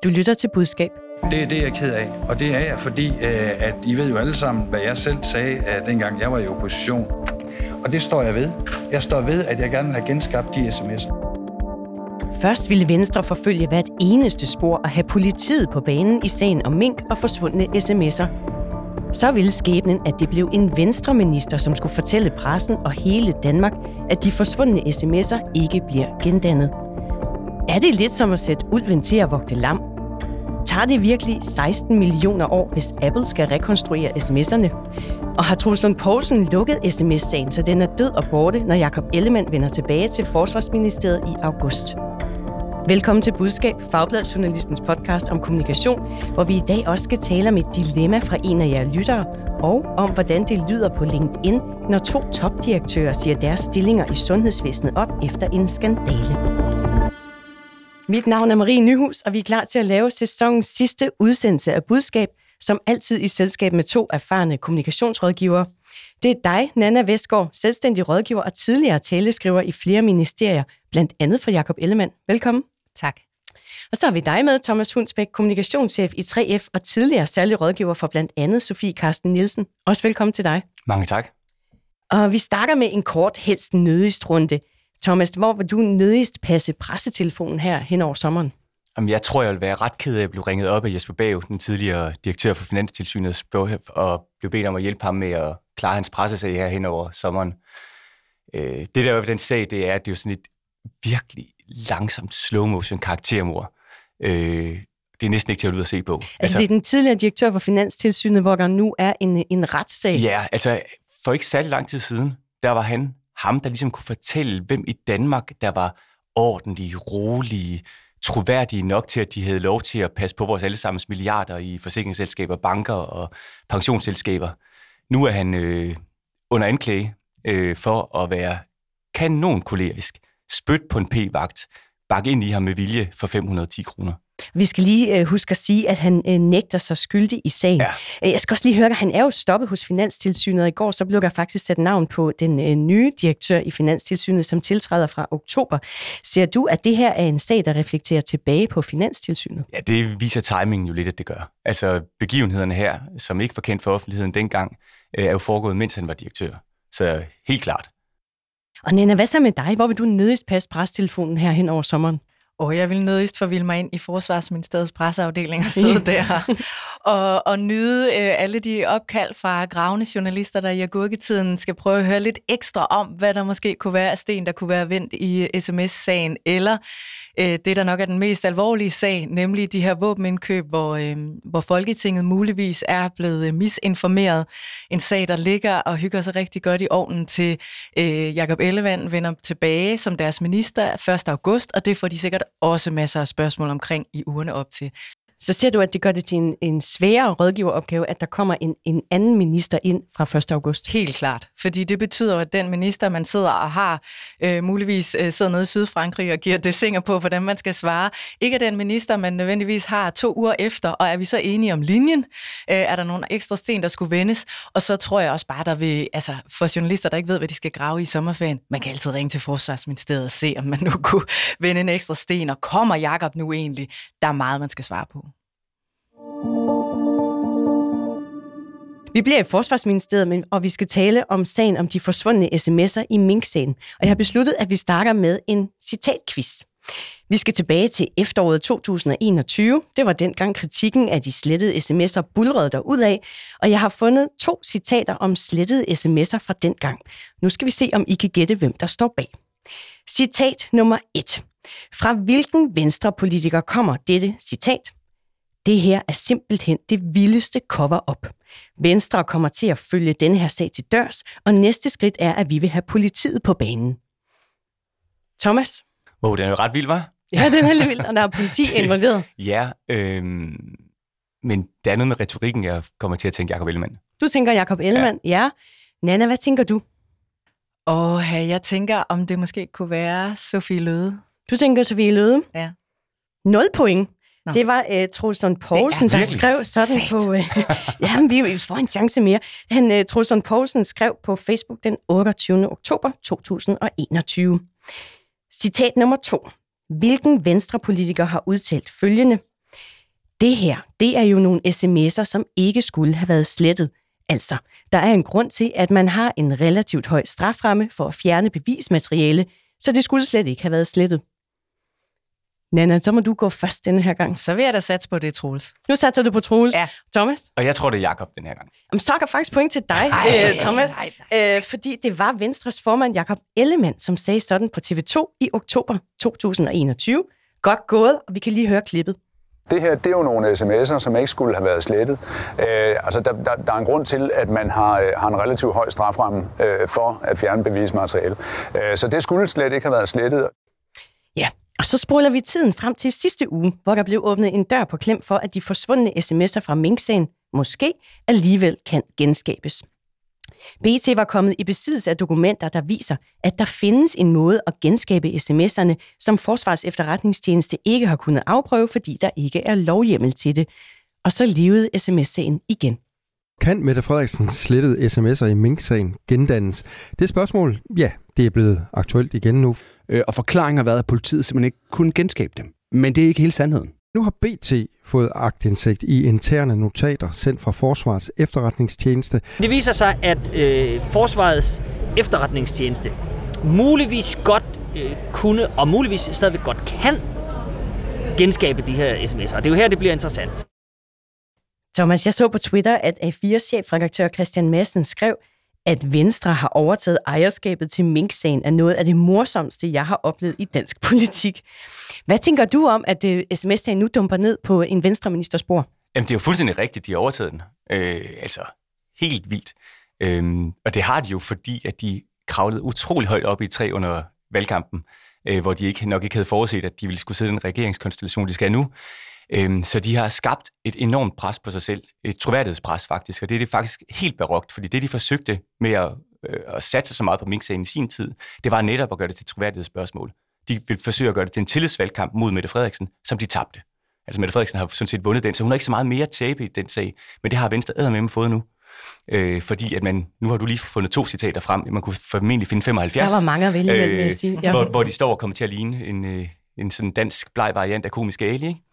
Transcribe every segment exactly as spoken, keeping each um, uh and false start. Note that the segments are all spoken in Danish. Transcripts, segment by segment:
Du lytter til Budskab. Det er det, jeg er ked af. Og det er jeg, fordi at I ved jo alle sammen, hvad jeg selv sagde, at dengang jeg var i opposition. Og det står jeg ved. Jeg står ved, at jeg gerne vil have genskabt de sms'er. Først ville Venstre forfølge hvert eneste spor og have politiet på banen i sagen om mink og forsvundne sms'er. Så ville skæbnen, at det blev en venstreminister, som skulle fortælle pressen og hele Danmark, at de forsvundne sms'er ikke bliver gendannet. Er det lidt som at sætte ulven til at vogte lam? Tager det virkelig seksten millioner år, hvis Apple skal rekonstruere sms'erne? Og har Troels Lund Poulsen lukket sms-sagen, så den er død og borte, når Jakob Ellemann vender tilbage til Forsvarsministeriet i august? Velkommen til Budskab, Fagbladet-journalistens podcast om kommunikation, hvor vi i dag også skal tale om et dilemma fra en af jer lyttere, og om hvordan det lyder på LinkedIn, når to topdirektører siger deres stillinger i sundhedsvæsenet op efter en skandale. Mit navn er Marie Nyhus, og vi er klar til at lave sæsonens sidste udsendelse af Budskab, som altid i selskab med to erfarne kommunikationsrådgivere. Det er dig, Nanna Vestgaard, selvstændig rådgiver og tidligere taleskriver i flere ministerier, blandt andet for Jakob Ellemann. Velkommen. Tak. Og så har vi dig med, Thomas Hundsbæk, kommunikationschef i tre F og tidligere særlig rådgiver for blandt andet Sofie Carsten Nielsen. Også velkommen til dig. Mange tak. Og vi starter med en kort, helst nødigst runde. Thomas, hvor vil du nødigst passe pressetelefonen her hen over sommeren? Jamen, jeg tror, jeg vil være ret ked af at blive ringet op af Jesper Bav, den tidligere direktør for Finanstilsynet, og blev bedt om at hjælpe ham med at klare hans pressesag her hen over sommeren. Det der ved den sag, det er, at det er jo sådan et virkelig langsomt slow-motion karaktermord. Det er næsten ikke til at ud at se på. Altså, altså det er den tidligere direktør for Finanstilsynet, hvor der nu er en, en retssag. Ja, altså for ikke særlig lang tid siden, der var han ham, der ligesom kunne fortælle, hvem i Danmark, der var ordentlige, rolige, troværdige nok til, at de havde lov til at passe på vores allesammens milliarder i forsikringsselskaber, banker og pensionsselskaber. Nu er han øh, under anklage øh, for at være kanonkolerisk, spyt på en p-vagt, bakke ind i ham med vilje for fem hundrede og ti kroner. Vi skal lige øh, huske at sige, at han øh, nægter sig skyldig i sagen. Ja. Jeg skal også lige høre, at han er jo stoppet hos Finanstilsynet, og i går så blev der faktisk sat navn på den øh, nye direktør i Finanstilsynet, som tiltræder fra oktober. Ser du, at det her er en sag, der reflekterer tilbage på Finanstilsynet? Ja, det viser timingen jo lidt, at det gør. Altså begivenhederne her, som ikke var kendt for offentligheden dengang, øh, er jo foregået, mens han var direktør. Så helt klart. Og Nana, hvad så med dig? Hvor vil du nødigst passe pressetelefonen her hen over sommeren? Og jeg vil nødigst forvilde mig ind i Forsvarsministeriets presseafdeling og sidde der og, og nyde øh, alle de opkald fra gravende journalister, der i agurketiden skal prøve at høre lidt ekstra om, hvad der måske kunne være af sten, der kunne være vendt i sms-sagen, eller øh, det, der nok er den mest alvorlige sag, nemlig de her våbenindkøb, hvor, øh, hvor Folketinget muligvis er blevet misinformeret. En sag, der ligger og hygger sig rigtig godt i ovnen til øh, Jakob Ellemann vender tilbage som deres minister første august, og det får de sikkert også masser af spørgsmål omkring i ugerne op til. Så ser du, at det gør det til en, en sværere rådgiveropgave, at der kommer en, en anden minister ind fra første august? Helt klart, fordi det betyder at den minister, man sidder og har, øh, muligvis øh, sidder nede i Sydfrankrig og giver desinger på, hvordan man skal svare, ikke er den minister, man nødvendigvis har to uger efter, og er vi så enige om linjen? Øh, er der nogle ekstra sten, der skulle vendes? Og så tror jeg også bare, der vil, altså for journalister, der ikke ved, hvad de skal grave i sommerferien, man kan altid ringe til Forsvarsministeriet og se, om man nu kunne vende en ekstra sten, og kommer Jakob nu egentlig? Der er meget, man skal svare på. Vi bliver i Forsvarsministeriet, og vi skal tale om sagen om de forsvundne sms'er i Mink-sagen. Og jeg har besluttet, at vi starter med en citatquiz. Vi skal tilbage til efteråret to tusind og enogtyve. Det var dengang kritikken af de slettede sms'er bulrede derudad, og jeg har fundet to citater om slettede sms'er fra dengang. Nu skal vi se, om I kan gætte, hvem der står bag. Citat nummer et. Fra hvilken venstrepolitiker kommer dette citat? Det her er simpelthen det vildeste cover-up. Venstre kommer til at følge denne her sag til dørs, og næste skridt er, at vi vil have politiet på banen. Thomas? Wow, den er jo ret vild, hva'? Ja, den er lidt vild, og der er politi involveret. Ja, øhm, men der er noget med retorikken, jeg kommer til at tænke Jakob Ellemann. Du tænker Jakob Ellemann, ja. ja. Nana, hvad tænker du? Åh, jeg tænker, om det måske kunne være Sofie Løhde. Du tænker Sofie Løhde? Ja. Nul point. Nå. Det var uh, Troels Lund Poulsen, der skrev sådan Sæt. på... Uh, ja, vi får en chance mere. Han, uh, Troels Lund Poulsen skrev på Facebook den otteogtyvende oktober to tusind og enogtyve. Citat nummer to. Hvilken venstrepolitiker har udtalt følgende? Det her, det er jo nogle sms'er, som ikke skulle have været slettet. Altså, der er en grund til, at man har en relativt høj straframme for at fjerne bevismateriale, så det skulle slet ikke have været slettet. Nanna, så må du gå først denne her gang. Så vil jeg da satse på det, Troels. Nu satser du på Troels. Ja. Thomas? Og jeg tror, det er Jakob den her gang. Jamen, så er der faktisk point til dig, Ej, øh, Thomas. nej, nej. Øh, fordi det var Venstres formand, Jakob Ellemann, som sagde sådan på T V to i oktober to tusind og enogtyve. Godt gået, og vi kan lige høre klippet. Det her, det er jo nogle sms'er, som ikke skulle have været slettet. Øh, altså, der, der, der er en grund til, at man har, har en relativt høj straframme øh, for at fjerne bevismateriale. Øh, så det skulle slet ikke have været slettet. Ja, og så spoler vi tiden frem til sidste uge, hvor der blev åbnet en dør på klem for, at de forsvundne sms'er fra Mink-sagen måske alligevel kan genskabes. B T var kommet i besiddelse af dokumenter, der viser, at der findes en måde at genskabe sms'erne, som Forsvarets Efterretningstjeneste ikke har kunnet afprøve, fordi der ikke er lovhjemmel til det. Og så levede sms-sagen igen. Kan Mette Frederiksens slettede sms'er i Mink-sagen gendannes? Det spørgsmål, ja, det er blevet aktuelt igen nu. Og forklaringen har været, at politiet simpelthen ikke kunne genskabe dem. Men det er ikke hele sandheden. Nu har B T fået aktindsigt i interne notater sendt fra Forsvarets Efterretningstjeneste. Det viser sig, at øh, Forsvarets Efterretningstjeneste muligvis godt øh, kunne, og muligvis stadigvæk godt kan, genskabe de her sms'er. Og det er jo her, det bliver interessant. Thomas, jeg så på Twitter, at A fire chefredaktør Christian Madsen skrev, at Venstre har overtaget ejerskabet til Mink-sagen er noget af det morsomste, jeg har oplevet i dansk politik. Hvad tænker du om, at sms-sagen nu dumper ned på en Venstre-ministers bord? Jamen, det er jo fuldstændig rigtigt, de har overtaget den. Øh, altså, helt vildt. Øhm, og det har de jo, fordi at de kravlede utrolig højt op i et træ under valgkampen, øh, hvor de ikke, nok ikke havde forudset, at de ville skulle sidde i den regeringskonstellation, de skal nu. Øhm, så de har skabt et enormt pres på sig selv, et troværdighedspres faktisk, og det er det faktisk helt barokt, fordi det, de forsøgte med at, øh, at satse så meget på Mink-sagen i sin tid, det var netop at gøre det til et troværdighedsspørgsmål. De ville forsøge at gøre det til en tillidsvalgkamp mod Mette Frederiksen, som de tabte. Altså Mette Frederiksen har sådan set vundet den, så hun har ikke så meget mere at tabe i den sag, men det har Venstre eddermame fået nu. Øh, fordi at man, nu har du lige fundet to citater frem, man kunne formentlig finde femoghalvfjerds. Der var mange at vælge mellem, vil jeg sige. Ja. Hvor, hvor de står og kommer til at ligne en, øh, en sådan dansk bleg variant af Komiske Ali, ikke?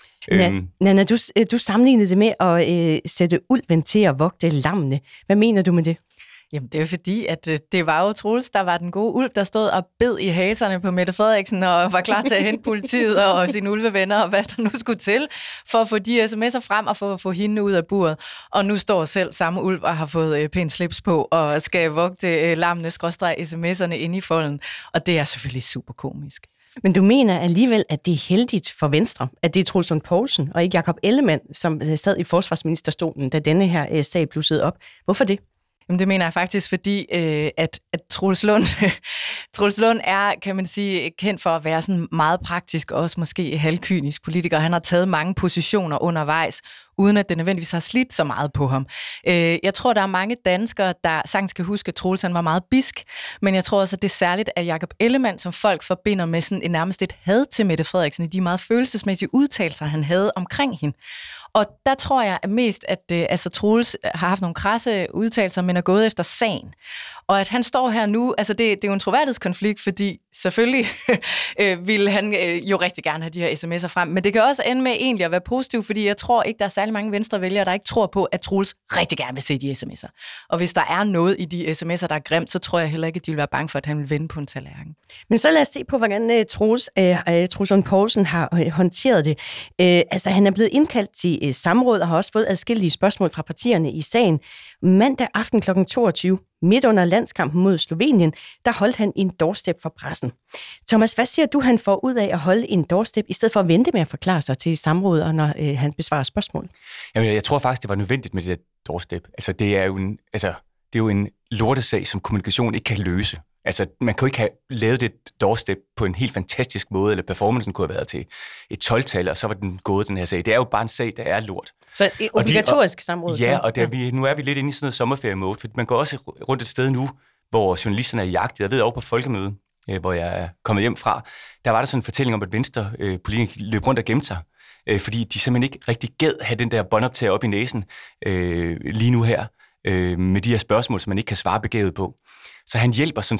Øhm. Nanna, du, du sammenlignede det med at øh, sætte ulven til at vogte lammene. Hvad mener du med det? Jamen, det er fordi, at øh, det var jo Troels, der var den gode ulv, der stod og bed i haserne på Mette Frederiksen og var klar til at hente politiet og sine ulvevenner og hvad der nu skulle til for at få de sms'er frem og få, få hende ud af buret. Og nu står selv samme ulv og har fået øh, pænt slips på og skal vogte øh, lammene skråstreg sms'erne inde i folden. Og det er selvfølgelig super komisk. Men du mener alligevel, at det er heldigt for Venstre, at det er Troels Lund Poulsen og ikke Jakob Ellemann, som sad i forsvarsministerstolen, da denne her sag blussede op. Hvorfor det? Jamen, det mener jeg faktisk, fordi øh, at, at Troels Lund, Troels Lund er, kan man sige, kendt for at være sådan meget praktisk og også måske halvkynisk politiker. Han har taget mange positioner undervejs, uden at det nødvendigvis har slidt så meget på ham. Øh, jeg tror, der er mange danskere, der sagtens kan huske, at Troels han var meget bisk, men jeg tror også, at det er særligt, at Jakob Ellemann, som folk forbinder med sådan en nærmest et had til Mette Frederiksen, i de meget følelsesmæssige udtalelser, han havde omkring hende. Og der tror jeg at mest, at øh, altså, Troels har haft nogle krasse udtalelser, men er gået efter sagen. Og at han står her nu, altså det, det er jo en troværdighedskonflikt, fordi selvfølgelig øh, ville han øh, jo rigtig gerne have de her sms'er frem. Men det kan også ende med egentlig at være positivt, fordi jeg tror ikke, der er særlig mange venstrevælgere, der ikke tror på, at Troels rigtig gerne vil se de sms'er. Og hvis der er noget i de sms'er, der er grimt, så tror jeg heller ikke, at de vil være bange for, at han vil vende på en tallerken. Men så lad os se på, hvordan uh, Troels, uh, Troels Lund Poulsen har uh, håndteret det. Uh, altså, han er blevet indkaldt til uh, samråd og har også fået adskillige spørgsmål fra partierne i sagen. Mandag aften klokken toogtyve, midt under landskampen mod Slovenien, der holdt han en doorstep for pressen. Thomas, hvad siger du, han får ud af at holde en doorstep, i stedet for at vente med at forklare sig til samrådet, når øh, han besvarer spørgsmål? Jamen, jeg tror faktisk, det var nødvendigt med det der doorstep. Altså, det er jo en, altså, det er jo en lortesag, som kommunikation ikke kan løse. Altså, man kan jo ikke have lavet det doorstep på en helt fantastisk måde, eller performancen kunne have været til et tolv-tal, og så var den gået, den her sag. Det er jo bare en sag, der er lort. Så et obligatorisk og de, og, samråd? Ja, og der, vi, nu er vi lidt inde i sådan noget sommerferie-mode, for man går også rundt et sted nu, hvor journalisterne er jagtet. Jeg ved over på Folkemødet, øh, hvor jeg er kommet hjem fra, der var der sådan en fortælling om, at Venstre øh, politikere løb rundt og gemte sig, øh, fordi de simpelthen ikke rigtig gad have den der båndoptager op i næsen øh, lige nu her, øh, med de her spørgsmål, som man ikke kan svare begavet på. Så han hjælper sådan set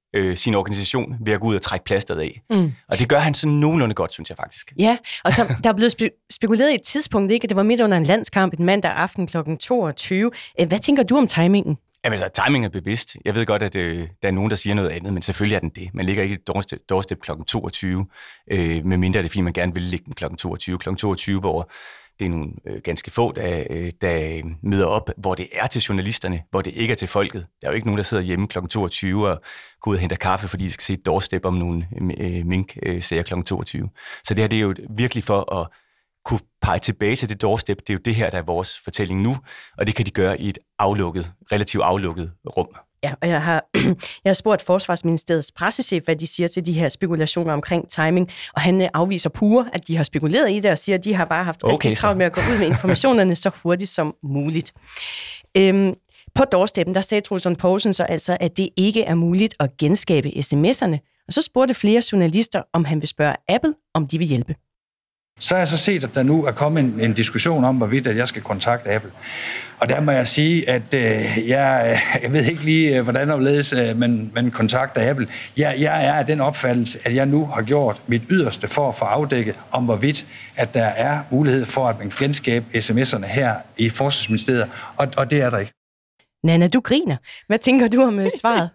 øh, sin organisation ved at gå ud og trække plasteret af. Mm. Og det gør han sådan nogenlunde godt, synes jeg faktisk. Ja, og så, der er blevet spe- spekuleret i et tidspunkt, ikke? Det var midt under en landskamp en mandag aften klokken toogtyve. Hvad tænker du om timingen? Jamen altså, timingen er bevidst. Jeg ved godt, at øh, der er nogen, der siger noget andet, men selvfølgelig er den det. Man ligger ikke i et doorstep klokken toogtyve, øh, medmindre det er fordi, man gerne vil ligge den klokken toogtyve. klokken toogtyve, hvor det er nogle øh, ganske få, der, øh, der møder op, hvor det er til journalisterne, hvor det ikke er til folket. Der er jo ikke nogen, der sidder hjemme klokken toogtyve og går ud og henter kaffe, fordi de skal se et doorstep om nogle øh, mink-sager klokken toogtyve. Så det her det er jo virkelig for at kunne pege tilbage til det doorstep. Det er jo det her, der er vores fortælling nu, og det kan de gøre i et aflukket, relativt aflukket rum. Ja, og jeg har, jeg har spurgt Forsvarsministeriets pressechef, hvad de siger til de her spekulationer omkring timing, og han afviser pure, at de har spekuleret i det, og siger, at de har bare haft okay, rigtig travlt med at gå ud med informationerne så hurtigt som muligt. Øhm, på doorsteppen, der sagde Troels Lund Poulsen så altså, at det ikke er muligt at genskabe sms'erne, og så spurgte flere journalister, om han vil spørge Apple, om de vil hjælpe. Så har jeg så set, at der nu er kommet en, en diskussion om, hvorvidt at jeg skal kontakte Apple. Og der må jeg sige, at øh, jeg, jeg ved ikke lige, hvordan overledes øh, man, man kontakter Apple. Jeg, jeg er af den opfattelse, at jeg nu har gjort mit yderste for at få afdækket, om hvorvidt at der er mulighed for, at man genskabe sms'erne her i Forsvarsministeriet, og, og det er der ikke. Nana, du griner. Hvad tænker du om svaret?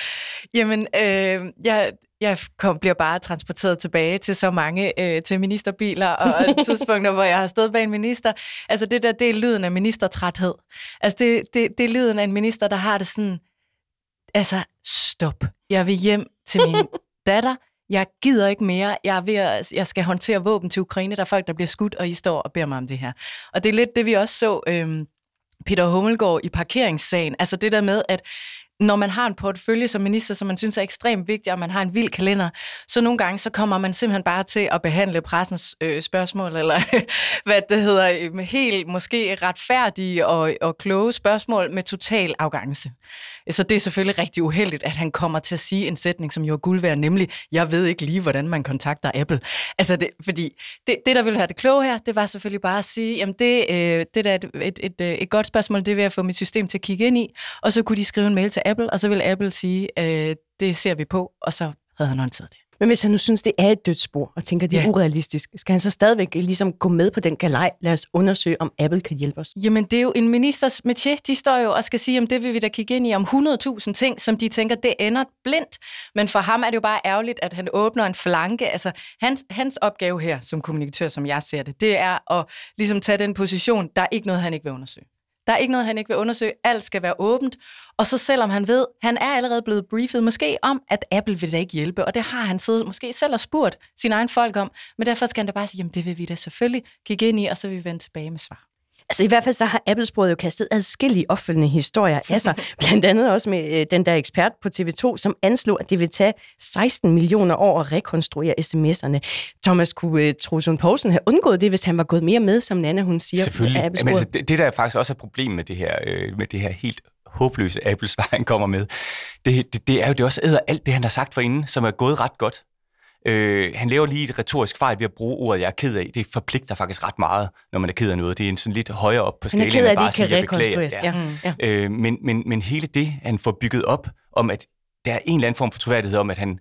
Jamen, øh, jeg... Jeg kom, bliver bare transporteret tilbage til så mange øh, til ministerbiler og tidspunkter, hvor jeg har stået bag en minister. Altså det der, det er lyden af ministertræthed. Altså det, det, det er lyden af en minister, der har det sådan, altså stop. Jeg vil hjem til min datter. Jeg gider ikke mere. Jeg, er ved at, jeg skal håndtere våben til Ukraine. Der er folk, der bliver skudt, og I står og beder mig om det her. Og det er lidt det, vi også så øh, Peter Hummelgaard i parkeringssagen. Altså det der med, at når man har en portefølje som minister, som man synes er ekstremt vigtig, og man har en vild kalender, så nogle gange så kommer man simpelthen bare til at behandle pressens øh, spørgsmål, eller hvad det hedder, med helt måske retfærdige og, og kloge spørgsmål med total arrogance. Så det er selvfølgelig rigtig uheldigt, at han kommer til at sige en sætning, som jo er guld værd, nemlig, jeg ved ikke lige, hvordan man kontakter Apple. Altså, det, fordi det, det, der ville være det kloge her, det var selvfølgelig bare at sige, jamen det, øh, det der er et, et, et, et godt spørgsmål, det vil jeg få mit system til at kigge ind i, og så kunne de skrive en mail til Apple, og så vil Apple sige, øh, det ser vi på, og så havde han håndteret det. Men hvis han nu synes, det er et dødsspor, og tænker, det er ja. urealistisk, skal han så stadigvæk ligesom gå med på den galej? Lad os undersøge, om Apple kan hjælpe os. Jamen, det er jo en ministers métier. De står jo og skal sige, om det vil vi da kigge ind i, om hundrede tusind ting, som de tænker, det ender blindt. Men for ham er det jo bare ærgerligt, at han åbner en flanke. Altså, hans, hans opgave her, som kommunikatør, som jeg ser det, det er at ligesom tage den position, der er ikke noget, han ikke vil undersøge. Der er ikke noget, han ikke vil undersøge. Alt skal være åbent. Og så selvom han ved, han er allerede blevet briefet måske om, at Apple vil da ikke hjælpe. Og det har han siddet måske selv og spurgt sine egne folk om. Men derfor skal han da bare sige, jamen det vil vi da selvfølgelig kigge ind i, og så vil vi vende tilbage med svar. Altså i hvert fald så har Apple-sporet jo kastet adskillige opfølgende historier af sig. Blandt andet også med øh, den der ekspert på T V to, som anslog, at det vil tage seksten millioner år at rekonstruere sms'erne. Thomas, kunne øh, Troels Lund Poulsen have undgået det, hvis han var gået mere med, som Nana hun siger? Selvfølgelig. Jamen, altså, det, det der er faktisk også et problem med det her, øh, med det her helt håbløse Apple-svar, han kommer med, det, det, det er jo det også æder alt det, han har sagt forinden, som er gået ret godt. Øh, han laver lige et retorisk fejl ved at bruge ordet, jeg er ked af. Det forpligter faktisk ret meget, når man er ked af noget. Det er en sådan lidt højere op på skalaen, end at bare sige, jeg beklager. Ja. Ja. Ja. Øh, men, men, men hele det, han får bygget op, om at der er en eller anden form for troværdighed om, at han,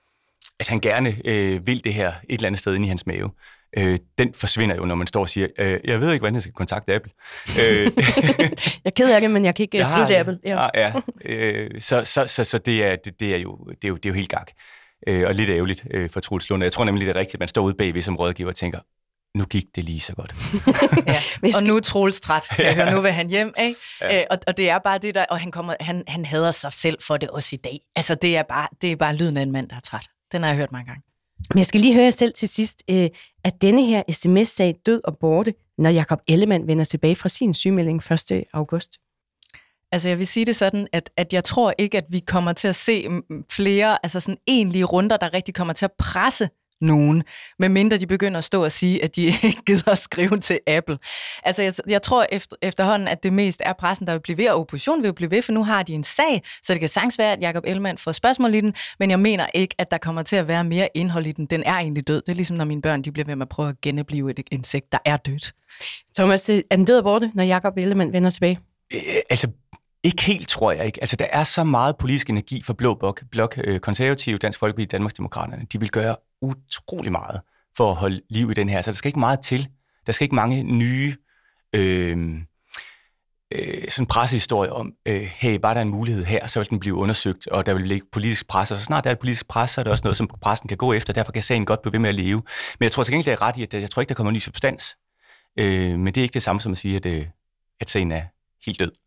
at han gerne øh, vil det her et eller andet sted inde i hans mave. Øh, den forsvinder jo, når man står og siger, øh, jeg ved ikke, hvordan jeg skal kontakte Apple. øh, jeg er ked af det, men jeg kan ikke skrive til Apple. Ja. Ja, øh, så så, så, så det, er, det, det, er jo, det, er jo, det er jo helt gak. Øh, og lidt ærgerligt øh, for Troels Lund. Jeg tror nemlig, det er rigtigt, at man står ude bagved som rådgiver og tænker, nu gik det lige så godt. Ja. Og nu er Troels træt. Jeg hører, nu vil han hjem, ikke? Ja. Øh, og, og det er bare det der, og han, kommer, han, han hader sig selv for det også i dag. Altså, det er bare, det er bare lyden af en mand, der er træt. Den har jeg hørt mange gange. Men jeg skal lige høre jer selv til sidst, øh, at denne her sms-sag død og borte, når Jakob Ellemann vender tilbage fra sin sygemelding første august? Altså jeg vil sige det sådan, at, at jeg tror ikke, at vi kommer til at se flere altså sådan egentlige runder, der rigtig kommer til at presse nogen, medmindre de begynder at stå og sige, at de ikke gider at skrive til Apple. Altså jeg, jeg tror efter, efterhånden, at det mest er pressen, der vil blive ved, og oppositionen vil blive ved, for nu har de en sag, så det kan sagtens være, at Jakob Ellemann får spørgsmål i den, men jeg mener ikke, at der kommer til at være mere indhold i den. Den er egentlig død. Det er ligesom, når mine børn de bliver ved med at prøve at genopleve et insekt, der er dødt. Thomas, er den død og borte, når Jakob Ellemann vender tilbage? Øh, altså, Ikke helt, tror jeg ikke. Altså, der er så meget politisk energi for Blå Blok, blok øh, Konservative, Dansk Folkeparti, Danmarksdemokraterne. De vil gøre utrolig meget for at holde liv i den her. Så der skal ikke meget til. Der skal ikke mange nye øh, øh, sådan pressehistorier om, øh, hey, var der en mulighed her, så vil den blive undersøgt, og der vil ligge politisk pres. Og så snart der er et politisk pres, så er der også noget, som pressen kan gå efter. Derfor kan sagen godt blive ved med at leve. Men jeg tror til gengæld, det er ret i, at jeg tror ikke, der kommer en ny substans. Øh, men det er ikke det samme som at sige, at, øh, at sagen er helt død.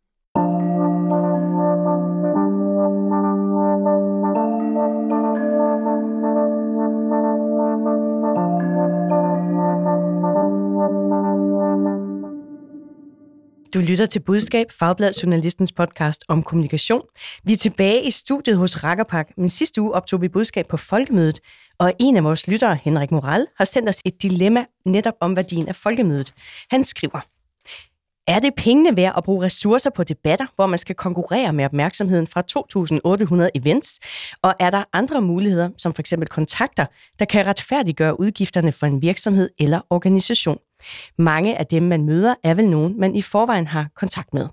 Du lytter til Budskab, Fagbladet Journalistens podcast om kommunikation. Vi er tilbage i studiet hos Rakkerpak, men sidste uge optog vi Budskab på Folkemødet, og en af vores lyttere, Henrik Moral, har sendt os et dilemma netop om værdien af Folkemødet. Han skriver: Er det pengene værd at bruge ressourcer på debatter, hvor man skal konkurrere med opmærksomheden fra to tusind otte hundrede events? Og er der andre muligheder, som f.eks. kontakter, der kan retfærdiggøre udgifterne for en virksomhed eller organisation? Mange af dem, man møder, er vel nogen, man i forvejen har kontakt med.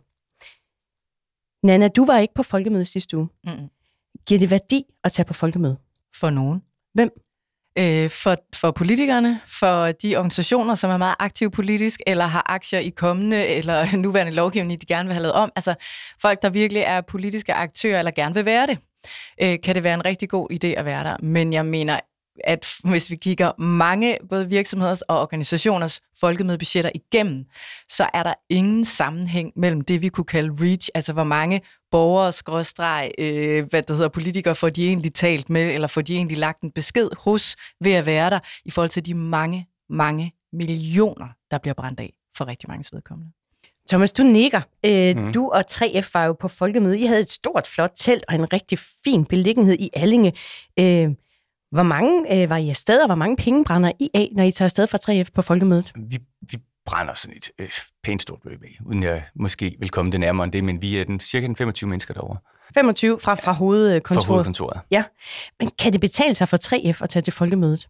Nana, du var ikke på folkemødet sidste uge. Mm. Giver det værdi at tage på folkemøde? For nogen. Hvem? Øh, for, for politikerne, for de organisationer, som er meget aktive politisk, eller har aktier i kommende eller nuværende lovgivning, de gerne vil have lavet om. Altså folk, der virkelig er politiske aktører, eller gerne vil være det, øh, kan det være en rigtig god idé at være der. Men jeg mener, at hvis vi kigger mange både virksomheders og organisationers folkemødebudgetter igennem, så er der ingen sammenhæng mellem det, vi kunne kalde reach, altså hvor mange borgere, skråstreg, øh, hvad det hedder, politikere, får de egentlig talt med, eller får de egentlig lagt en besked hos ved at være der, i forhold til de mange, mange millioner, der bliver brændt af for rigtig mange vedkommende. Thomas, du nikker. Øh, mm. Du og tre F var jo på folkemøde. I havde et stort, flot telt og en rigtig fin beliggenhed i Allinge. Øh, Hvor mange øh, var I afsted, og hvor mange penge brænder I af, når I tager afsted fra tre F på folkemødet? Vi, vi brænder sådan et øh, pænt stort beløb af, uden jeg måske vil komme det nærmere end det, men vi er den, cirka den femogtyve mennesker derovre. femogtyve fra, fra hovedkontoret? Fra hovedkontoret. Ja. Men kan det betale sig for tre F at tage til folkemødet?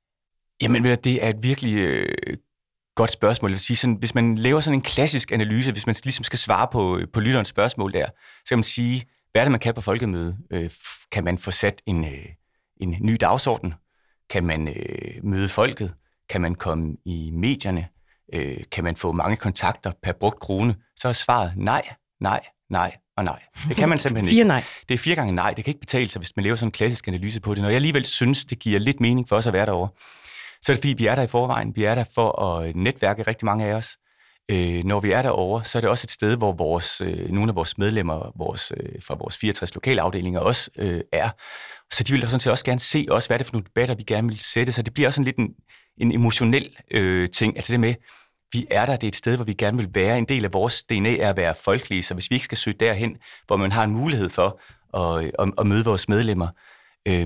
Jamen, det er et virkelig øh, godt spørgsmål. Jeg vil sige, sådan, hvis man laver sådan en klassisk analyse, hvis man ligesom skal svare på, på lytterens spørgsmål der, så kan man sige, hvad er det, man kan på folkemødet? Øh, kan man få sat en... Øh, en ny dagsorden? Kan man øh, møde folket? Kan man komme i medierne? Øh, kan man få mange kontakter per brugt krone? Så er svaret nej, nej, nej og nej. Det kan man simpelthen ikke. Fire nej. Det er fire gange nej. Det kan ikke betale sig, hvis man laver sådan en klassisk analyse på det. Når jeg alligevel synes, det giver lidt mening for os at være derovre, så er det fordi, vi er der i forvejen. Vi er der for at netværke rigtig mange af os. Øh, når vi er derovre, så er det også et sted, hvor vores, øh, nogle af vores medlemmer vores, øh, fra vores fireogtres lokale afdelinger også øh, er. Så de vil sådan set også gerne se også, hvad er det for nogle debatter, vi gerne vil sætte. Så det bliver også sådan lidt en, en emotionel øh, ting. Altså det med, vi er der, det er et sted, hvor vi gerne vil være. En del af vores D N A er at være folkelige, så hvis vi ikke skal søge derhen, hvor man har en mulighed for at, at, at møde vores medlemmer, øh,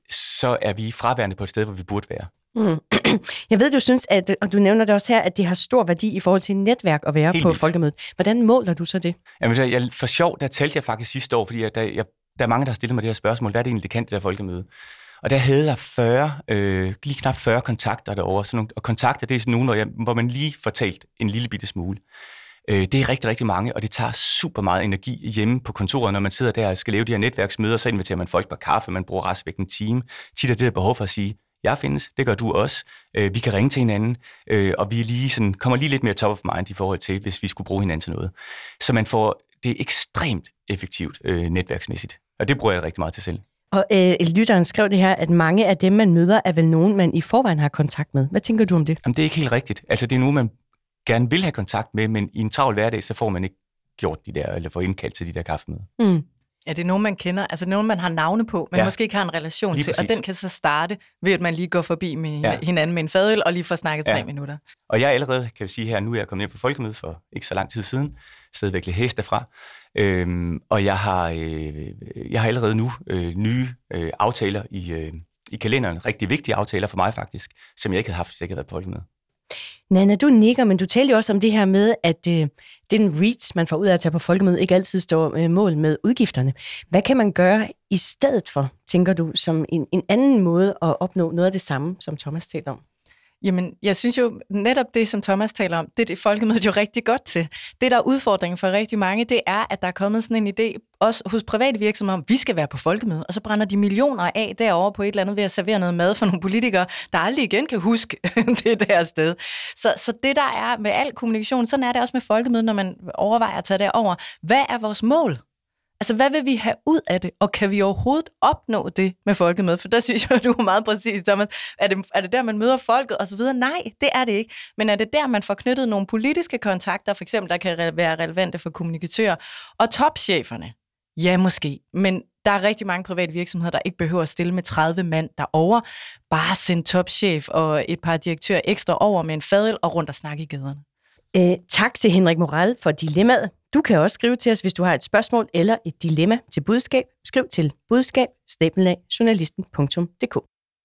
så er vi fraværende på et sted, hvor vi burde være. Mm. Jeg ved, du synes, at, og du nævner det også her, at det har stor værdi i forhold til netværk at være Helt på vildt. Folkemødet. Hvordan måler du så det? Jamen, jeg, for sjov, der talte jeg faktisk sidste år, fordi jeg, der, jeg, der er mange, der har stillet mig det her spørgsmål. Hvad er det egentlig, det kan, det der folkemøde? Og der havde jeg fyrre, øh, lige knap fyrre kontakter derovre. Sådan nogle, og kontakter, det er sådan nogle, hvor, jeg, hvor man lige får talt en lille bitte smule. Øh, det er rigtig, rigtig mange, og det tager super meget energi hjemme på kontoret, når man sidder der og skal lave de her netværksmøder, så inviterer man folk på kaffe, man bruger restvæk en time. Tit er det der behov for at sige, jeg findes, det gør du også. Øh, vi kan ringe til hinanden, øh, og vi er lige sådan, kommer lige lidt mere top of mind i forhold til, hvis vi skulle bruge hinanden til noget. Så man får, det er ekstremt effektivt øh, netværksmæssigt, og det bruger jeg rigtig meget til selv. Og øh, lytteren skrev det her, at mange af dem, man møder, er vel nogen, man i forvejen har kontakt med. Hvad tænker du om det? Jamen, det er ikke helt rigtigt. Altså, det er nogen, man gerne vil have kontakt med, men i en travl hverdag, så får man ikke gjort de der, eller får indkaldt til de der kaffemøder. Mm. Ja, det er nogen, man kender. Altså nogen, man har navne på, men ja. måske ikke har en relation lige til. Præcis. Og den kan så starte ved, at man lige går forbi med ja. hinanden med en fadøl, og lige får snakket ja. tre minutter. Og jeg er allerede, kan jeg sige her, nu er jeg kommet ind på folkemødet for ikke så lang tid siden, stadigvæk lidt hæs derfra, øhm, og jeg har, øh, jeg har allerede nu øh, nye øh, aftaler i, øh, i kalenderen, rigtig vigtige aftaler for mig faktisk, som jeg ikke havde haft, hvis jeg ikke havde været på folkemødet. Nana, du nikker, men du taler jo også om det her med, at øh, den reach, man får ud af at tage på folkemødet, ikke altid står øh, mål med udgifterne. Hvad kan man gøre i stedet for, tænker du, som en, en anden måde at opnå noget af det samme, som Thomas talte om? Jamen, jeg synes jo netop det, som Thomas taler om, det er det folkemødet jo rigtig godt til. Det, der er udfordringen for rigtig mange, det er, at der er kommet sådan en idé, også hos private virksomheder, om vi skal være på folkemødet, og så brænder de millioner af derovre på et eller andet ved at servere noget mad for nogle politikere, der aldrig igen kan huske det der sted. Så, så det, der er med al kommunikation, sådan er det også med folkemødet, når man overvejer at tage derover. Hvad er vores mål? Altså, hvad vil vi have ud af det? Og kan vi overhovedet opnå det med folkemødet? For der synes jeg, du er meget præcis, Thomas. Er det, er det der, man møder folket og så videre? Nej, det er det ikke. Men er det der, man får knyttet nogle politiske kontakter, for eksempel, der kan være relevante for kommunikatører? Og topcheferne? Ja, måske. Men der er rigtig mange private virksomheder, der ikke behøver at stille med tredive mand derover. Bare send topchef og et par direktører ekstra over med en fadøl og rundt og snakke i gaderne. Øh, tak til Henrik Moral for dilemmaet. Du kan også skrive til os, hvis du har et spørgsmål eller et dilemma til budskab. Skriv til budskab snabel-a journalisten punktum d k.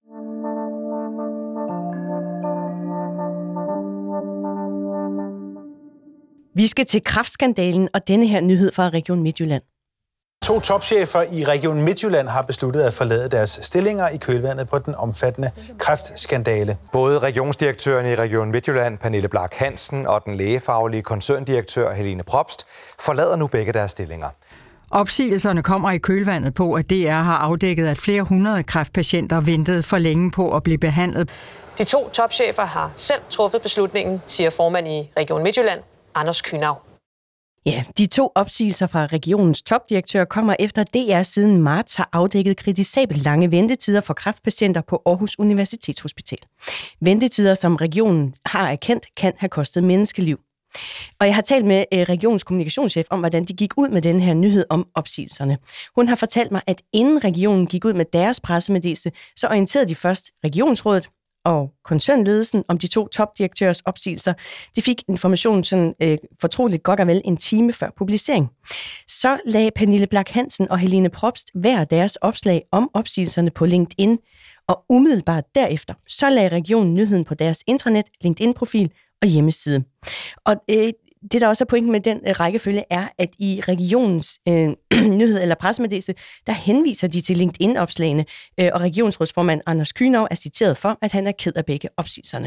Vi skal til kræftskandalen og denne her nyhed fra Region Midtjylland. To topchefer i Region Midtjylland har besluttet at forlade deres stillinger i kølvandet på den omfattende kræftskandale. Både regionsdirektøren i Region Midtjylland, Pernille Blak Hansen, og den lægefaglige koncerndirektør, Helene Probst, forlader nu begge deres stillinger. Opsigelserne kommer i kølvandet på, at D R har afdækket, at flere hundrede kræftpatienter ventede for længe på at blive behandlet. De to topchefer har selv truffet beslutningen, siger formand i Region Midtjylland, Anders Kynav. Ja, de to opsigelser fra regionens topdirektør kommer efter, at D R siden marts har afdækket kritisabelt lange ventetider for kræftpatienter på Aarhus Universitetshospital. Ventetider, som regionen har erkendt, kan have kostet menneskeliv. Og jeg har talt med regionens kommunikationschef om, hvordan de gik ud med den her nyhed om opsigelserne. Hun har fortalt mig, at inden regionen gik ud med deres pressemeddelelse, så orienterede de først regionsrådet og koncernledelsen om de to topdirektørers opsigelser. De fik informationen sådan øh, fortroligt godt og vel en time før publicering. Så lagde Pernille Blak Hansen og Helene Probst hver deres opslag om opsigelserne på LinkedIn, og umiddelbart derefter, så lagde regionen nyheden på deres intranet, LinkedIn-profil og hjemmeside. Og øh, det, der også er pointen med den øh, rækkefølge, er, at i regionens øh, nyhed eller pressemeddelelse, der henviser de til LinkedIn-opslagene, øh, og regionsrådsformand Anders Kynav er citeret for, at han er ked af begge opsigelserne.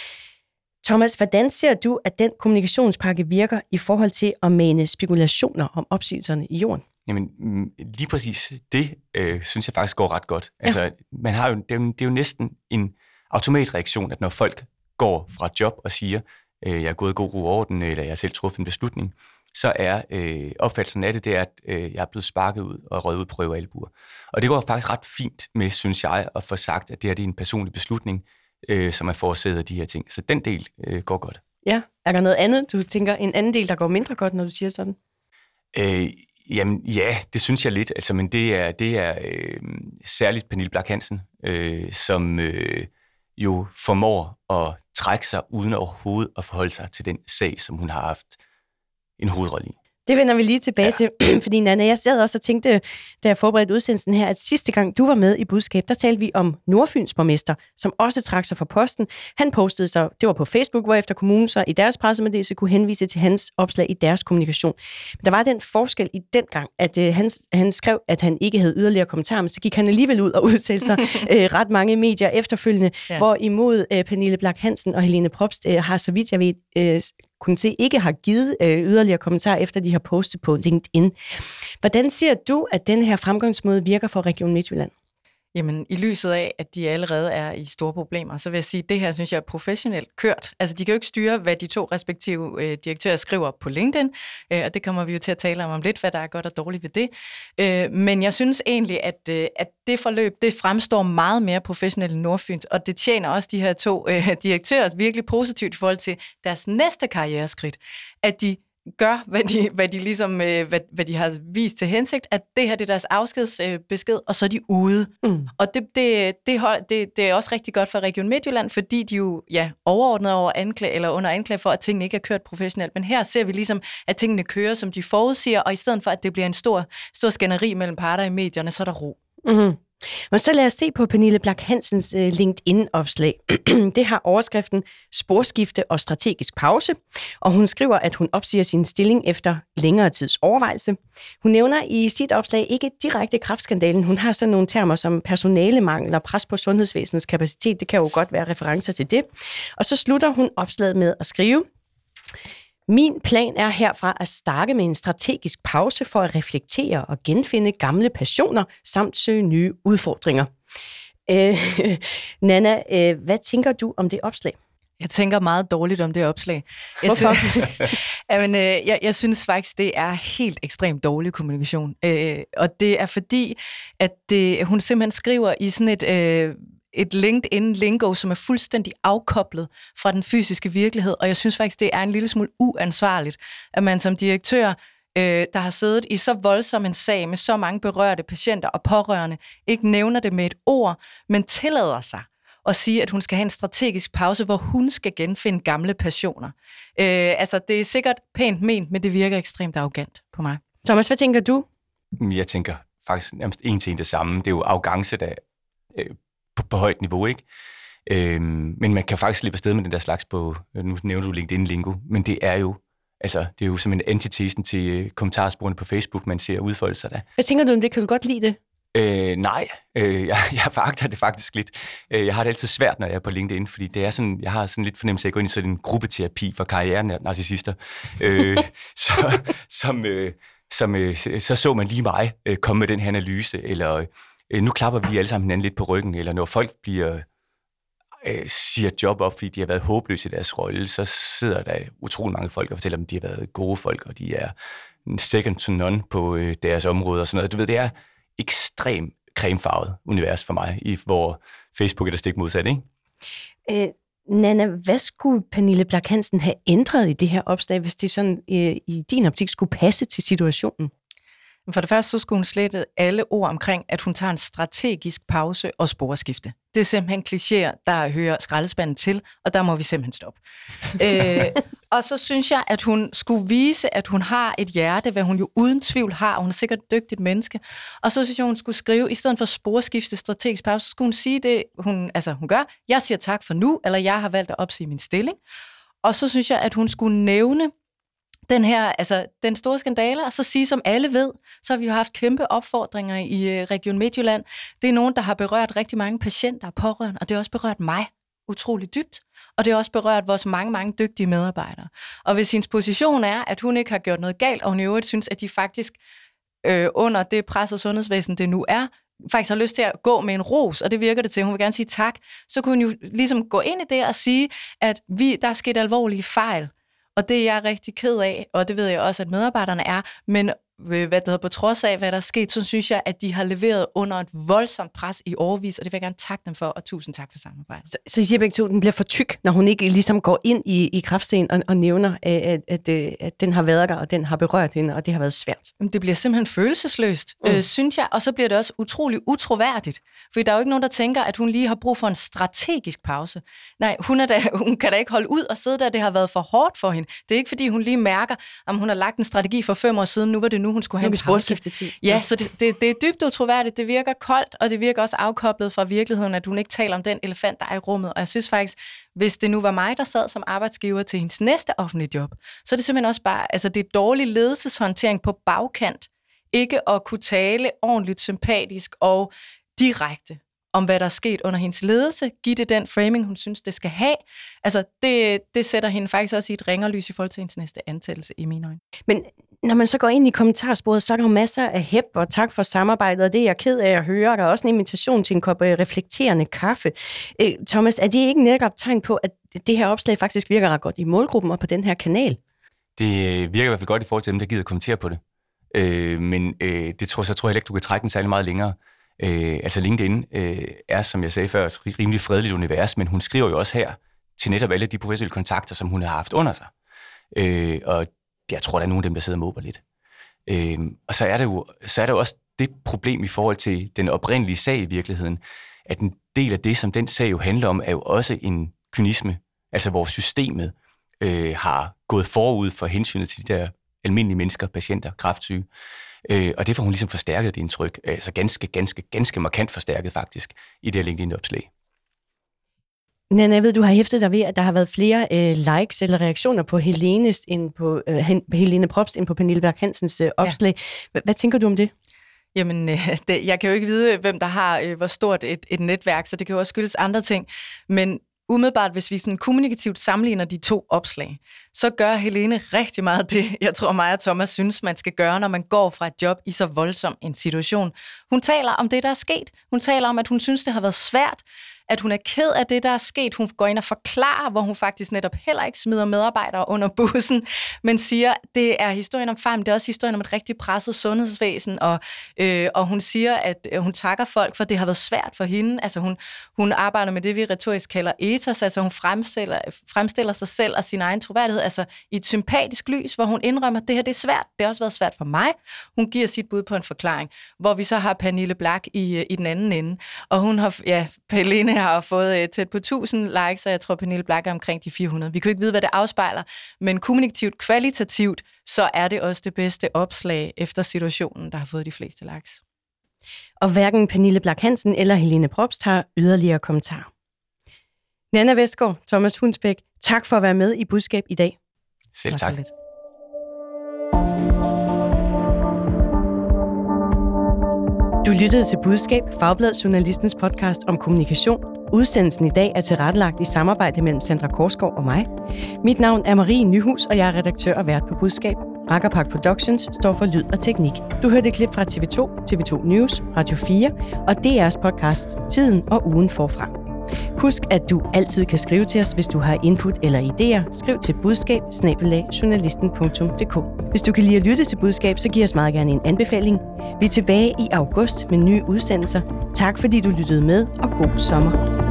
Thomas, hvordan ser du, at den kommunikationspakke virker i forhold til at mane spekulationer om opsigelserne i jorden? Jamen, lige præcis det, øh, synes jeg faktisk går ret godt. Ja. Altså, man har jo, det, er jo, det er jo næsten en automatreaktion, at når folk går fra job og siger, øh, jeg er gået i god ro og orden, eller jeg har selv truffet en beslutning, så er øh, opfattelsen af det, det er, at øh, jeg er blevet sparket ud og røget ud på røv og albuer. Og det går faktisk ret fint med, synes jeg, at få sagt, at det her det er en personlig beslutning, øh, som er forårsaget af de her ting. Så den del øh, går godt. Ja, er der noget andet, du tænker, en anden del, der går mindre godt, når du siger sådan? Øh, jamen ja, det synes jeg lidt, altså, men det er, det er øh, særligt Pernille Blak Hansen, øh, som øh, jo formår at trække sig uden overhovedet at forholde sig til den sag, som hun har haft en hovedrolle i. Det vender vi lige tilbage ja. til, fordi Nanna, jeg sad også og tænkte, da jeg forberedte udsendelsen her, at sidste gang du var med i Budskab, der talte vi om Nordfyns borgmester, som også trak sig fra posten. Han postede sig, det var på Facebook, hvorefter kommunen så i deres pressemeddelelse kunne henvise til hans opslag i deres kommunikation. Men der var den forskel i den gang, at øh, han, han skrev, at han ikke havde yderligere kommentarer, men så gik han alligevel ud og udtalte sig øh, ret mange medier efterfølgende, ja. Hvorimod øh, Pernille Blak Hansen og Helene Probst øh, har, så vidt jeg ved, øh, kunne se, ikke har givet øh, yderligere kommentarer, efter de har postet på LinkedIn. Hvordan ser du, at den her fremgangsmåde virker for Region Midtjylland? Jamen, i lyset af, at de allerede er i store problemer, så vil jeg sige, at det her, synes jeg, er professionelt kørt. Altså, de kan jo ikke styre, hvad de to respektive øh, direktører skriver på LinkedIn, øh, og det kommer vi jo til at tale om om lidt, hvad der er godt og dårligt ved det. Øh, men jeg synes egentlig, at, øh, at det forløb, det fremstår meget mere professionelt end Nordfyns, og det tjener også de her to øh, direktører virkelig positivt i forhold til deres næste karriereskridt, at de gør, hvad de, hvad de ligesom, øh, hvad, hvad de har vist til hensigt, at det her det er deres afskedsbesked, øh, og så er de ude. Mm. Og det, det, det, det, det er også rigtig godt for Region Midtjylland, fordi de jo ja, overordnet over anklage, eller under anklage for, at tingene ikke er kørt professionelt. Men her ser vi ligesom, at tingene kører, som de forudsiger, og i stedet for, at det bliver en stor, stor skænderi mellem parter i medierne, så er der ro. Mm-hmm. Men så lad os se på Pernille Blak Hansens uh, LinkedIn-opslag. Det har overskriften sporskifte og strategisk pause, og hun skriver, at hun opsiger sin stilling efter længere tids overvejelse. Hun nævner i sit opslag ikke direkte kræftskandalen. Hun har sådan nogle termer som personalemangel og pres på sundhedsvæsenets kapacitet. Det kan jo godt være referencer til det. Og så slutter hun opslaget med at skrive: Min plan er herfra at starte med en strategisk pause for at reflektere og genfinde gamle passioner samt søge nye udfordringer. Øh, Nanna, øh, hvad tænker du om det opslag? Jeg tænker meget dårligt om det opslag. Jeg Hvorfor? Synes, jamen, øh, jeg, jeg synes faktisk, det er helt ekstremt dårlig kommunikation. Øh, og det er fordi, at det, hun simpelthen skriver i sådan et... Øh, et LinkedIn-lingo, som er fuldstændig afkoblet fra den fysiske virkelighed, og jeg synes faktisk, det er en lille smule uansvarligt, at man som direktør, øh, der har siddet i så voldsom en sag med så mange berørte patienter og pårørende, ikke nævner det med et ord, men tillader sig at sige, at hun skal have en strategisk pause, hvor hun skal genfinde gamle passioner. Øh, altså, det er sikkert pænt ment, men det virker ekstremt arrogant på mig. Thomas, hvad tænker du? Jeg tænker faktisk nærmest en til en det samme. Det er jo arrogance, der øh, På, på højt niveau, ikke? Øhm, men man kan faktisk slippe afsted med den der slags på, nu nævner du LinkedIn-lingo, men det er jo, altså, det er jo som en antitesen til øh, kommentarsporene på Facebook, man ser udfolde sig der. Hvad tænker du om det? Kan du godt lide det? Øh, nej, øh, jeg, jeg foragter det faktisk lidt. Jeg har det altid svært, når jeg er på LinkedIn, fordi det er sådan, jeg har sådan lidt fornemmelse af at gå ind i sådan en gruppeterapi for karriere-narcissister, øh, så, som, øh, som øh, så så man lige mig øh, komme med den her analyse, eller nu klapper vi alle sammen hinanden lidt på ryggen, eller når folk bliver, øh, siger job op, fordi de har været håbløse i deres rolle, så sidder der utrolig mange folk og fortæller dem, at de har været gode folk, og de er second to none på øh, deres område og sådan noget. Du ved, det er ekstremt cremefarvet univers for mig, i, hvor Facebook er det stik modsat, ikke? Øh, Nanna, hvad skulle Pernille Blak Hansen have ændret i det her opslag, hvis det sådan øh, i din optik skulle passe til situationen? For det første, så skulle hun slette alle ord omkring, at hun tager en strategisk pause og sporskifte. Det er simpelthen klichéer, der hører skraldespanden til, og der må vi simpelthen stoppe. øh, og så synes jeg, at hun skulle vise, at hun har et hjerte, hvad hun jo uden tvivl har. Hun er sikkert et dygtigt menneske. Og så synes jeg, hun skulle skrive, i stedet for sporskifte, strategisk pause, så skulle hun sige det, hun, altså, hun gør. Jeg siger tak for nu, eller jeg har valgt at opsige min stilling. Og så synes jeg, at hun skulle nævne den her, altså den store skandale, og så sige, som alle ved, så har vi jo haft kæmpe opfordringer i Region Midtjylland. Det er nogen, der har berørt rigtig mange patienter og pårørende, og det har også berørt mig utrolig dybt, og det har også berørt vores mange, mange dygtige medarbejdere. Og hvis hendes position er, at hun ikke har gjort noget galt, og hun i øvrigt synes, at de faktisk øh, under det pres og sundhedsvæsen, det nu er, faktisk har lyst til at gå med en ros, og det virker det til, hun vil gerne sige tak, så kunne hun jo ligesom gå ind i det og sige, at vi, der er sket alvorlige fejl. Og det er jeg rigtig ked af, og det ved jeg også, at medarbejderne er, men hvad det hedder, på trods af, hvad der er sket, så synes jeg, at de har leveret under et voldsomt pres i årevis, og det vil jeg gerne takke dem for, og tusind tak for samarbejdet. Så, så I siger begge to, at den bliver for tyk, når hun ikke ligesom går ind i, i kræftscenen og, og nævner, at, at, at, at den har været der, og den har berørt hende, og det har været svært. Det bliver simpelthen følelsesløst, mm. øh, synes jeg, og så bliver det også utrolig utroværdigt, for der er jo ikke nogen, der tænker, at hun lige har brug for en strategisk pause. Nej, hun, er da, hun kan da ikke holde ud og sidde der, det har været for hårdt for hende. Det er ikke, fordi hun lige mærker, om hun har lagt en strategi for fem år siden, nu var det nu, hun skulle have en pause. Ja, så det, det, det er dybt utroværdigt, det virker koldt, og det virker også afkoblet fra virkeligheden, at hun ikke taler om den elefant, der er i rummet. Og jeg synes faktisk, hvis det nu var mig, der sad som arbejdsgiver til hendes næste offentlige job, så er det simpelthen også bare, altså det er dårlig ledelseshåndtering på bagkant, ikke at kunne tale ordentligt, sympatisk og direkte om, hvad der er sket under hendes ledelse, give det den framing, hun synes, det skal have. Altså, det, det sætter hende faktisk også i et ringerlys i forhold til hendes næste ansættelse, i mine øjne. Men når man så går ind i kommentarsporet, så er der jo masser af hæb og tak for samarbejdet, og det er jeg ked af at høre. Der er også en invitation til en kop reflekterende kaffe. Øh, Thomas, er det ikke netop tegn på, at det her opslag faktisk virker ret godt i målgruppen og på den her kanal? Det virker i hvert fald godt i forhold til dem, der gider kommentere på det. Øh, men øh, det tror, så tror jeg ikke, du kan trække den særlig meget længere. Øh, altså LinkedIn øh, er, som jeg sagde før, et rimelig fredeligt univers, men hun skriver jo også her til netop alle de professionelle kontakter, som hun har haft under sig. Øh, og jeg tror, der er nogle af dem, der sidder og måber lidt. Øh, og så er, der jo, så er der jo også det problem i forhold til den oprindelige sag i virkeligheden, at en del af det, som den sag jo handler om, er jo også en kynisme, altså hvor systemet øh, har gået forud for hensynet til de der almindelige mennesker, patienter, kræftsyge. Øh, og det får hun ligesom forstærket det indtryk. Altså ganske, ganske, ganske markant forstærket faktisk i det her LinkedIn-opslag. Nanna, jeg ved, du har hæftet dig ved, at der har været flere øh, likes eller reaktioner på Helenes end på, øh, Helene Probst end på Pernille Bjerg Hansens øh, opslag. Ja. Hvad tænker du om det? Jamen, øh, det, jeg kan jo ikke vide, hvem der har øh, hvor stort et, et netværk, så det kan jo også skyldes andre ting. Men umiddelbart, hvis vi sådan kommunikativt sammenligner de to opslag, så gør Helene rigtig meget det, jeg tror mig og Thomas synes, man skal gøre, når man går fra et job i så voldsom en situation. Hun taler om det, der er sket. Hun taler om, at hun synes, det har været svært, at hun er ked af det, der er sket. Hun går ind og forklarer, hvor hun faktisk netop heller ikke smider medarbejdere under bussen, men siger, det er historien om fejl, men det er også historien om et rigtig presset sundhedsvæsen, og, øh, og hun siger, at hun takker folk, for det har været svært for hende. Altså hun, hun arbejder med det, vi retorisk kalder ethos, altså hun fremstiller, fremstiller sig selv og sin egen troværdighed, altså i et sympatisk lys, hvor hun indrømmer, at det her det er svært. Det har også været svært for mig. Hun giver sit bud på en forklaring, hvor vi så har Pernille Bjerg i, i den anden ende. Og hun har, ja, Helene har fået tæt på tusind likes, og jeg tror, Pernille Bjerg er omkring de fire hundrede. Vi kan jo ikke vide, hvad det afspejler, men kommunikativt, kvalitativt, så er det også det bedste opslag efter situationen, der har fået de fleste likes. Og hverken Pernille Bjerg Hansen eller Helene Probst har yderligere kommentarer. Nanna Vestgaard, Thomas Hundsbæk, tak for at være med i Budskab i dag. Selv tak. Du lyttede til Budskab, Fagbladet Journalistens podcast om kommunikation. Udsendelsen i dag er tilrettelagt i samarbejde mellem Sandra Korsgaard og mig. Mit navn er Marie Nyhus, og jeg er redaktør og vært på Budskab. Rakkerpark Productions står for lyd og teknik. Du hørte et klip fra T V to, T V to News, Radio fire og D R's podcast Tiden og ugen forfra. Husk, at du altid kan skrive til os, hvis du har input eller idéer. Skriv til budskab snabel-a journalisten punktum d k. Hvis du kan lide at lytte til Budskab, så giv os meget gerne en anbefaling. Vi er tilbage i august med nye udsendelser. Tak fordi du lyttede med, og god sommer.